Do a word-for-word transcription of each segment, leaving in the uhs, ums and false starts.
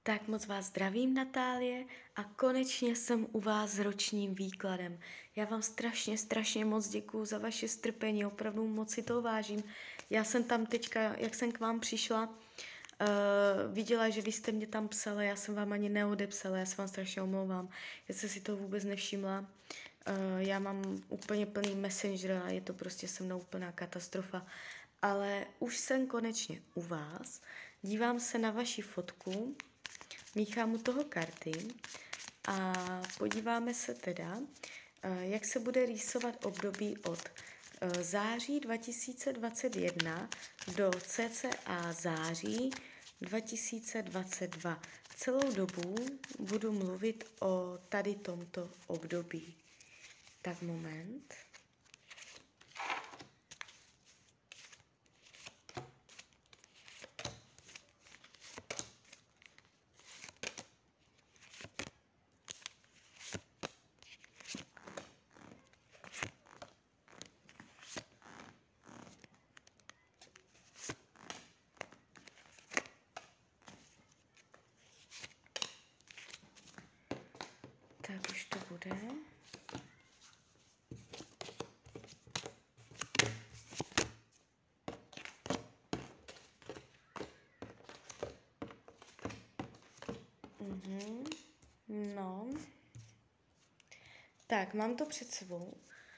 Tak moc vás zdravím, Natálie, a konečně jsem u vás s ročním výkladem. Já vám strašně, strašně moc děkuju za vaše strpení, opravdu moc si to vážím. Já jsem tam teďka, jak jsem k vám přišla, uh, viděla, že vy jste mě tam psala, já jsem vám ani neodepsala, já se vám strašně omlouvám. Já jsem si to vůbec nevšimla. Uh, já mám úplně plný messenger a je to prostě se mnou úplná katastrofa. Ale už jsem konečně u vás, dívám se na vaši fotku, míchám u toho karty a podíváme se teda, jak se bude rýsovat období od září dva tisíce dvacet jedna do cca září dva tisíce dvacet dva. Celou dobu budu mluvit o tady tomto období. Tak moment. Tak už to bude. Mhm. No. Tak, mám to před sebou.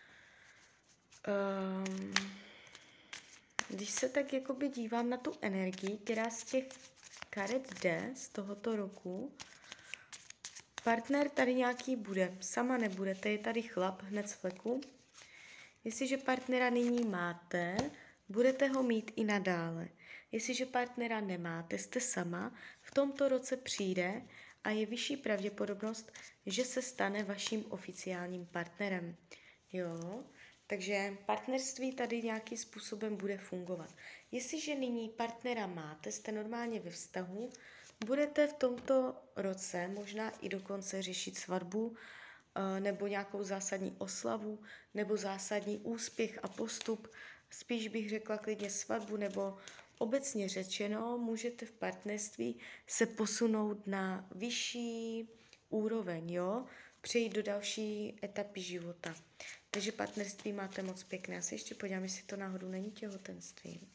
Um, když se tak jakoby dívám na tu energii, která z těch karet jde z tohoto roku, partner tady nějaký bude, sama nebudete, je tady chlap hned z fleku. Jestliže partnera nyní máte, budete ho mít i nadále. Jestliže partnera nemáte, jste sama, v tomto roce přijde a je vyšší pravděpodobnost, že se stane vaším oficiálním partnerem. Jo, takže partnerství tady nějakým způsobem bude fungovat. Jestliže nyní partnera máte, jste normálně ve vztahu, budete v tomto roce možná i dokonce řešit svatbu, nebo nějakou zásadní oslavu, nebo zásadní úspěch a postup. Spíš bych řekla klidně svatbu, nebo obecně řečeno, můžete v partnerství se posunout na vyšší úroveň, jo? Přejít do další etapy života. Takže partnerství máte moc pěkné. Já se ještě podívám, jestli to náhodou není těhotenství.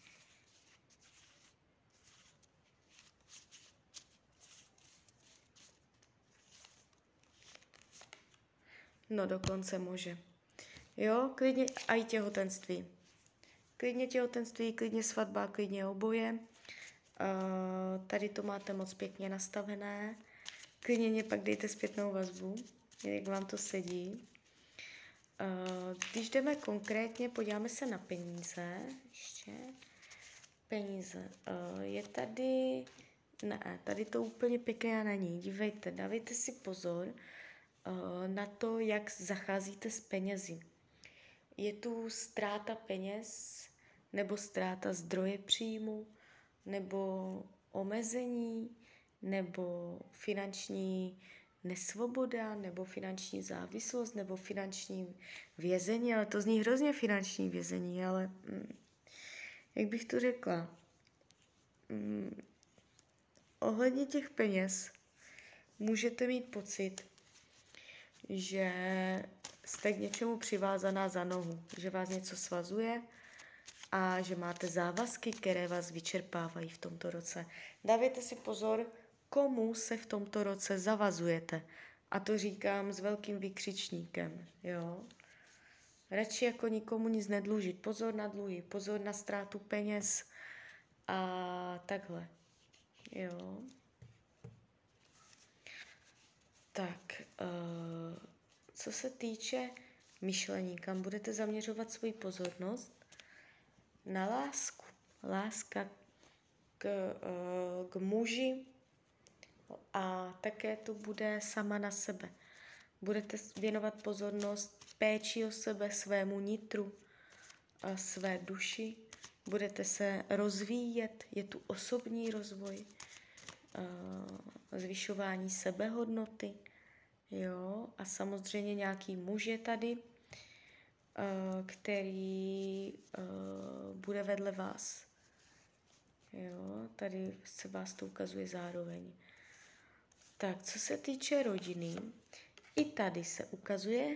No dokonce může. Jo, klidně a i těhotenství. Klidně těhotenství, klidně svatba, klidně oboje. Uh, tady to máte moc pěkně nastavené. Klidně mě pak dejte zpětnou vazbu, jak vám to sedí. Uh, když jdeme konkrétně, podíváme se na peníze. Ještě. Peníze. Uh, je tady... Ne, tady to úplně pěkné není. Dívejte, dávejte si pozor uh, na to, jak zacházíte s penězi. Je tu ztráta peněz, nebo ztráta zdroje příjmu, nebo omezení, nebo finanční nesvoboda, nebo finanční závislost, nebo finanční vězení, ale to zní hrozně finanční vězení, ale hm, jak bych to řekla, hm, ohledně těch peněz můžete mít pocit, že jste k něčemu přivázaná za nohu, že vás něco svazuje a že máte závazky, které vás vyčerpávají v tomto roce. Dávejte si pozor, komu se v tomto roce zavazujete. A to říkám s velkým vykřičníkem, jo. Radši jako nikomu nic nedlužit. Pozor na dluhy, pozor na ztrátu peněz a takhle, jo. Tak, uh, co se týče myšlení, kam budete zaměřovat svoji pozornost? Na lásku. Láska k, uh, k muži a také to bude sama na sebe. Budete věnovat pozornost péči o sebe, svému nitru, a své duši. Budete se rozvíjet, je tu osobní rozvoj, uh, zvyšování sebehodnoty, jo, a samozřejmě nějaký muž je tady, uh, který uh, bude vedle vás. Jo, tady se vás to ukazuje zároveň. Tak, co se týče rodiny, i tady se ukazuje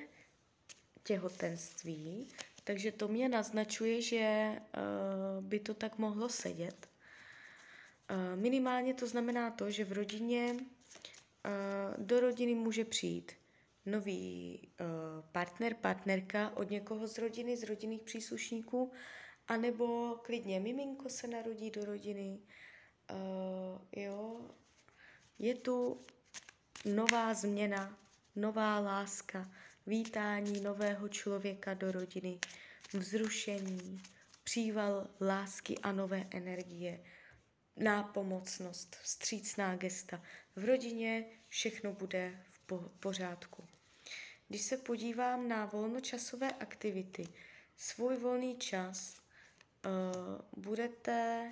těhotenství, takže to mě naznačuje, že uh, by to tak mohlo sedět. Uh, minimálně to znamená to, že v rodině uh, do rodiny může přijít nový uh, partner, partnerka od někoho z rodiny, z rodinných příslušníků, anebo klidně miminko se narodí do rodiny. Uh, jo, je tu nová změna, nová láska, vítání nového člověka do rodiny, vzrušení, příval lásky a nové energie, nápomocnost, vstřícná gesta. V rodině všechno bude v po- pořádku. Když se podívám na volnočasové aktivity, svůj volný čas uh, budete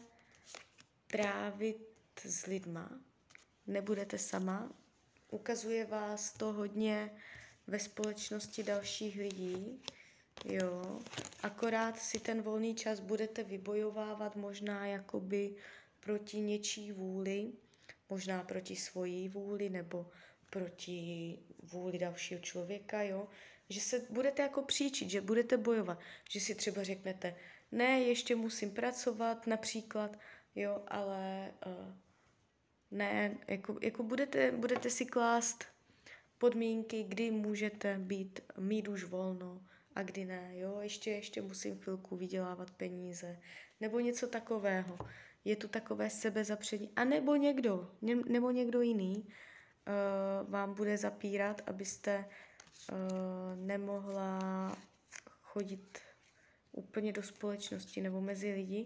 trávit s lidma, nebudete sama, ukazuje vás to hodně ve společnosti dalších lidí, jo, akorát si ten volný čas budete vybojovávat možná jakoby proti něčí vůli, možná proti svojí vůli nebo proti vůli dalšího člověka, jo, že se budete jako příčit, že budete bojovat, že si třeba řeknete, ne, ještě musím pracovat například, jo, ale uh, ne, jako, jako budete, budete si klást podmínky, kdy můžete být, mít už volno a kdy ne, jo, ještě, ještě musím chvilku vydělávat peníze, nebo něco takového. Je tu takové sebezapření, a nebo někdo, ne, nebo někdo jiný uh, vám bude zapírat, abyste uh, nemohla chodit úplně do společnosti nebo mezi lidi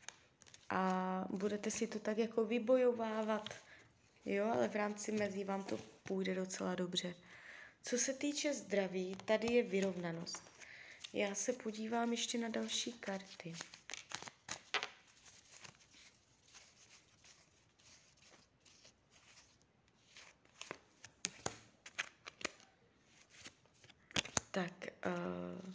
a budete si to tak jako vybojovávat, jo, ale v rámci mezí vám to půjde docela dobře. Co se týče zdraví, tady je vyrovnanost. Já se podívám ještě na další karty. Tak, uh,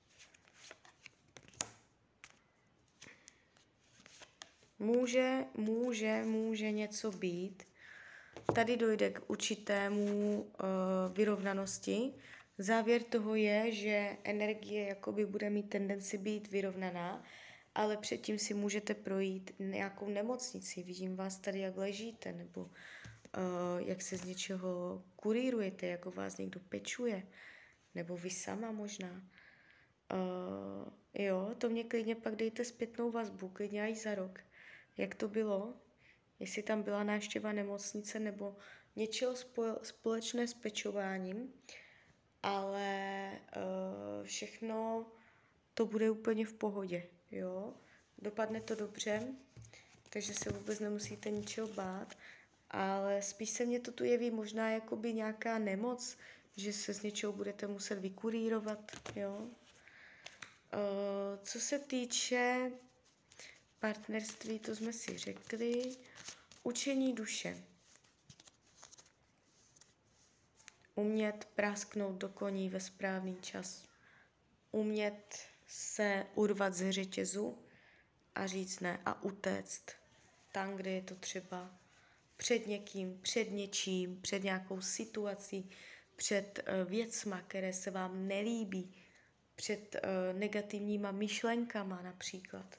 může, může, může něco být. Tady dojde k určitému uh, vyrovnanosti. Závěr toho je, že energie jakoby bude mít tendenci být vyrovnaná, ale předtím si můžete projít nějakou nemocnici. Vidím vás tady, jak ležíte, nebo uh, jak se z něčeho kurírujete, jako vás někdo pečuje, nebo vy sama možná. Uh, jo, to mě klidně pak dejte zpětnou vazbu, klidně i za rok. Jak to bylo? Jestli tam byla návštěva nemocnice nebo něčeho společné s pečováním, ale uh, všechno to bude úplně v pohodě, jo. Dopadne to dobře, takže se vůbec nemusíte ničeho bát, ale spíš se mně to tu jeví možná jakoby nějaká nemoc, že se z něčeho budete muset vykurírovat, jo. Uh, co se týče partnerství, to jsme si řekli. Učení duše. Umět prásknout do koní ve správný čas. Umět se urvat z řetězu a říct ne a utéct tam, kde je to třeba, před někým, před něčím, před nějakou situací, před uh, věcma, které se vám nelíbí, před uh, negativníma myšlenkama například.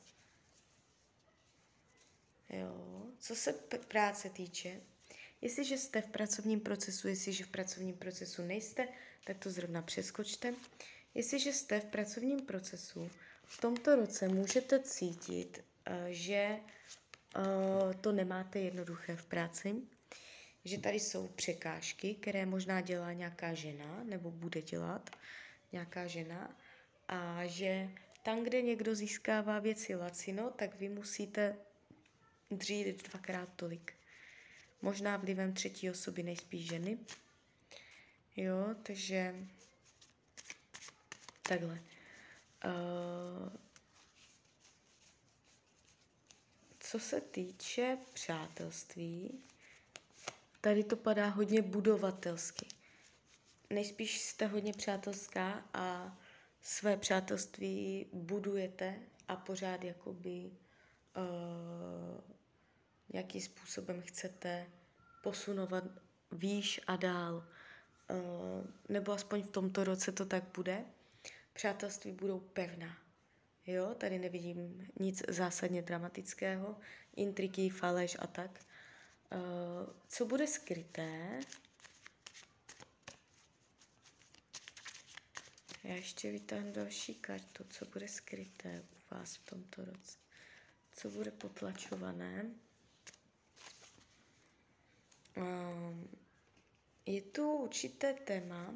Jo. Co se p- práce týče, jestliže jste v pracovním procesu, jestliže v pracovním procesu nejste, tak to zrovna přeskočte. Jestliže jste v pracovním procesu, v tomto roce můžete cítit, uh, že uh, to nemáte jednoduché v práci, že tady jsou překážky, které možná dělá nějaká žena, nebo bude dělat nějaká žena, a že tam, kde někdo získává věci lacino, tak vy musíte dřív dvakrát tolik. Možná vlivem třetí osoby, nejspíš ženy. Jo, takže takhle. Uh, co se týče přátelství, tady to padá hodně budovatelsky. Nejspíš jste hodně přátelská a své přátelství budujete a pořád jakoby uh, nějakým způsobem chcete posunovat výš a dál. Uh, nebo aspoň v tomto roce to tak bude. Přátelství budou pevná. Jo, tady nevidím nic zásadně dramatického. Intriky, faleš a tak. Uh, co bude skryté? Já ještě vytáhnu další kartu. Co bude skryté u vás v tomto roce? Co bude potlačované? Um, je tu určité téma,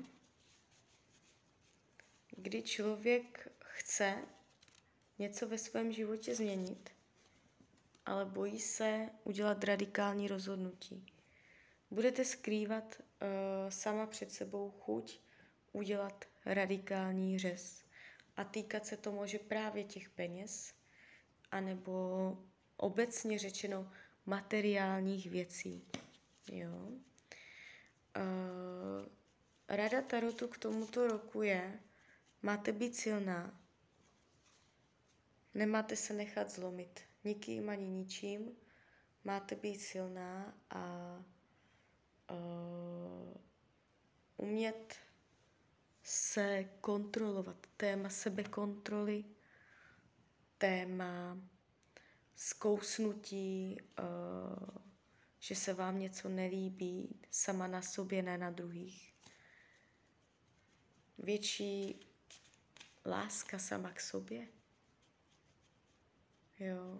kdy člověk chce něco ve svém životě změnit, ale bojí se udělat radikální rozhodnutí. Budete skrývat uh, sama před sebou chuť udělat radikální řez. A týkat se to může právě těch peněz, anebo obecně řečeno materiálních věcí. Jo. Uh, rada Tarotu k tomuto roku je, máte být silná, nemáte se nechat zlomit nikým ani ničím, máte být silná a uh, umět se kontrolovat. Téma sebekontroly, téma zkousnutí, uh, že se vám něco nelíbí, sama na sobě, ne na druhých. Větší láska sama k sobě. Jo.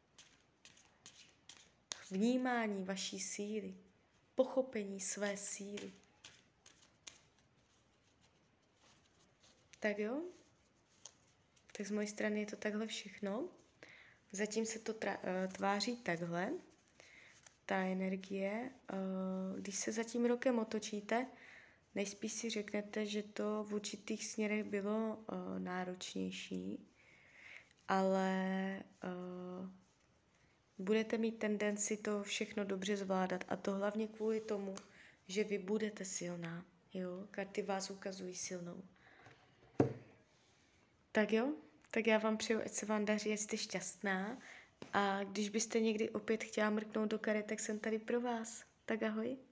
Vnímání vaší síly, pochopení své síly. Tak jo? Tak z mojej strany je to takhle všechno. Zatím se to tra- tváří takhle. Ta energie, když se za tím rokem otočíte, nejspíš si řeknete, že to v určitých směrech bylo náročnější, ale budete mít tendenci to všechno dobře zvládat, a to hlavně kvůli tomu, že vy budete silná. Jo? Karty vás ukazují silnou. Tak jo, tak já vám přeju, ať se vám daří, ať jste šťastná. A když byste někdy opět chtěla mrknout do karet, tak jsem tady pro vás. Tak ahoj.